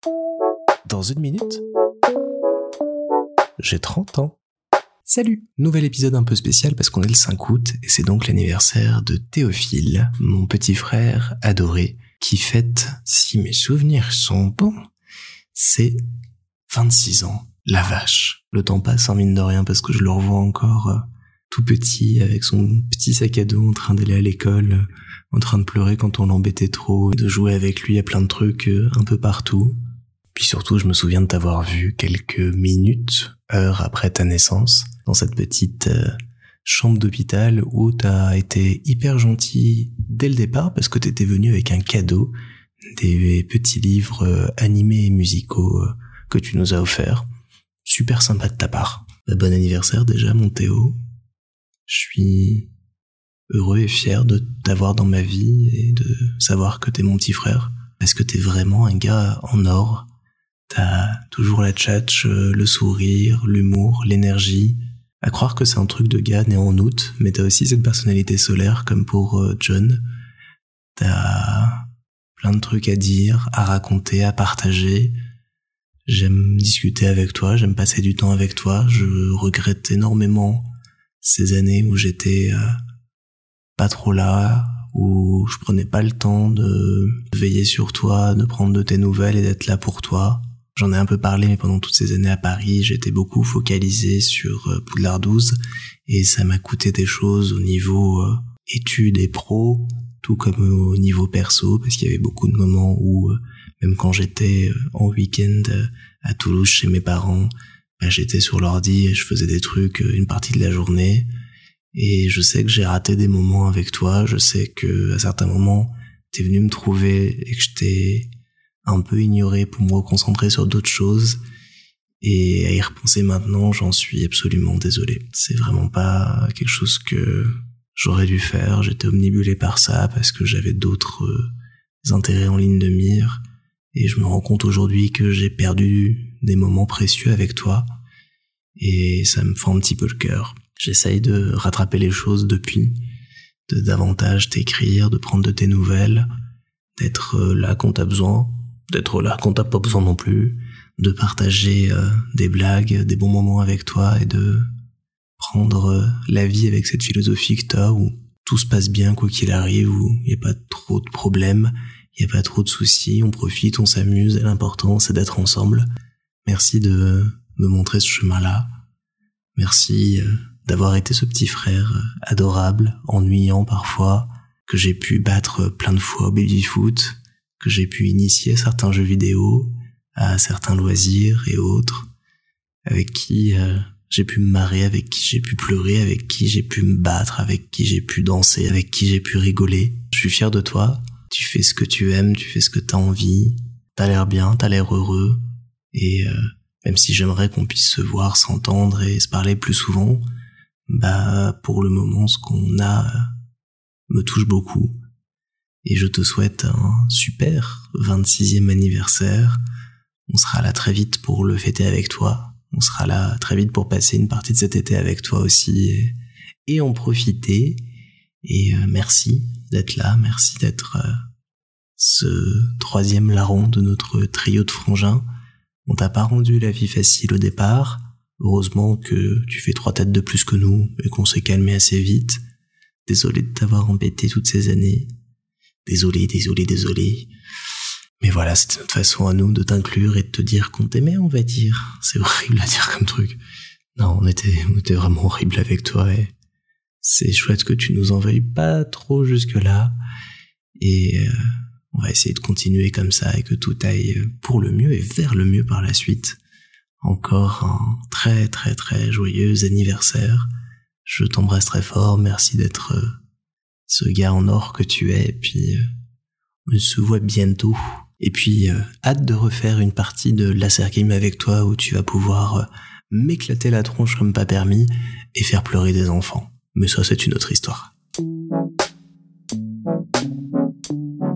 Dans une minute, j'ai 30 ans. Salut! Nouvel épisode un peu spécial parce qu'on est le 5 août et c'est donc l'anniversaire de Théophile, mon petit frère adoré, qui fête, si mes souvenirs sont bons, c'est 26 ans. La vache! Le temps passe en mine de rien parce que je le revois encore tout petit avec son petit sac à dos en train d'aller à l'école, en train de pleurer quand on l'embêtait trop, et de jouer avec lui à plein de trucs un peu partout. Puis surtout, je me souviens de t'avoir vu quelques minutes, heures après ta naissance, dans cette petite chambre d'hôpital où t'as été hyper gentil dès le départ parce que t'étais venu avec un cadeau, des petits livres animés et musicaux que tu nous as offerts. Super sympa de ta part. Bon anniversaire déjà, mon Théo. Je suis heureux et fier de t'avoir dans ma vie et de savoir que t'es mon petit frère. Parce que t'es vraiment un gars en or. T'as toujours la tchatche, le sourire, l'humour, l'énergie. À croire que c'est un truc de gars né en août, mais t'as aussi cette personnalité solaire comme pour John. T'as plein de trucs à dire, à raconter, à partager. J'aime discuter avec toi, j'aime passer du temps avec toi. Je regrette énormément ces années où j'étais pas trop là, où je prenais pas le temps de veiller sur toi, de prendre de tes nouvelles et d'être là pour toi. J'en ai un peu parlé, mais pendant toutes ces années à Paris, j'étais beaucoup focalisé sur Poudlard 12 et ça m'a coûté des choses au niveau études et pro, tout comme au niveau perso, parce qu'il y avait beaucoup de moments où, même quand j'étais en week-end à Toulouse chez mes parents, j'étais sur l'ordi et je faisais des trucs une partie de la journée. Et je sais que j'ai raté des moments avec toi, je sais que à certains moments, t'es venu me trouver et que je t'ai un peu ignoré pour me reconcentrer sur d'autres choses. Et à y repenser maintenant, j'en suis absolument désolé. C'est vraiment pas quelque chose que j'aurais dû faire, j'étais omnibulé par ça parce que j'avais d'autres intérêts en ligne de mire. Et je me rends compte aujourd'hui que j'ai perdu des moments précieux avec toi. Et ça me fend un petit peu le cœur. J'essaye de rattraper les choses depuis, de davantage t'écrire, de prendre de tes nouvelles, d'être là quand t'as besoin, d'être là quand t'as pas besoin non plus, de partager des blagues, des bons moments avec toi et de prendre la vie avec cette philosophie que t'as où tout se passe bien quoi qu'il arrive, où il y a pas trop de problèmes, il y a pas trop de soucis, on profite, on s'amuse et l'important c'est d'être ensemble. Merci de me montrer ce chemin-là. Merci d'avoir été ce petit frère adorable, ennuyant parfois, que j'ai pu battre plein de fois au baby-foot, que j'ai pu initier à certains jeux vidéo, à certains loisirs et autres, avec qui j'ai pu me marrer, avec qui j'ai pu pleurer, avec qui j'ai pu me battre, avec qui j'ai pu danser, avec qui j'ai pu rigoler. Je suis fier de toi, tu fais ce que tu aimes, tu fais ce que t'as envie, t'as l'air bien, t'as l'air heureux, et même si j'aimerais qu'on puisse se voir, s'entendre et se parler plus souvent, pour le moment, ce qu'on a me touche beaucoup. Et je te souhaite un super 26e anniversaire. On sera là très vite pour le fêter avec toi. On sera là très vite pour passer une partie de cet été avec toi aussi et en profiter. Et merci d'être là, merci d'être ce 3e larron de notre trio de frangins. On t'a pas rendu la vie facile au départ. Heureusement que tu fais 3 têtes de plus que nous et qu'on s'est calmé assez vite. Désolé de t'avoir embêté toutes ces années. Désolé. Mais voilà, c'était notre façon à nous de t'inclure et de te dire qu'on t'aimait, on va dire. C'est horrible à dire comme truc. Non, on était vraiment horrible avec toi et c'est chouette que tu nous en veuilles pas trop jusque-là. Et on va essayer de continuer comme ça et que tout aille pour le mieux et vers le mieux par la suite. Encore un très très très joyeux anniversaire. Je t'embrasse très fort, merci d'être ce gars en or que tu es, et puis on se voit bientôt. Et puis hâte de refaire une partie de Laser Game avec toi où tu vas pouvoir m'éclater la tronche comme pas permis et faire pleurer des enfants. Mais ça c'est une autre histoire.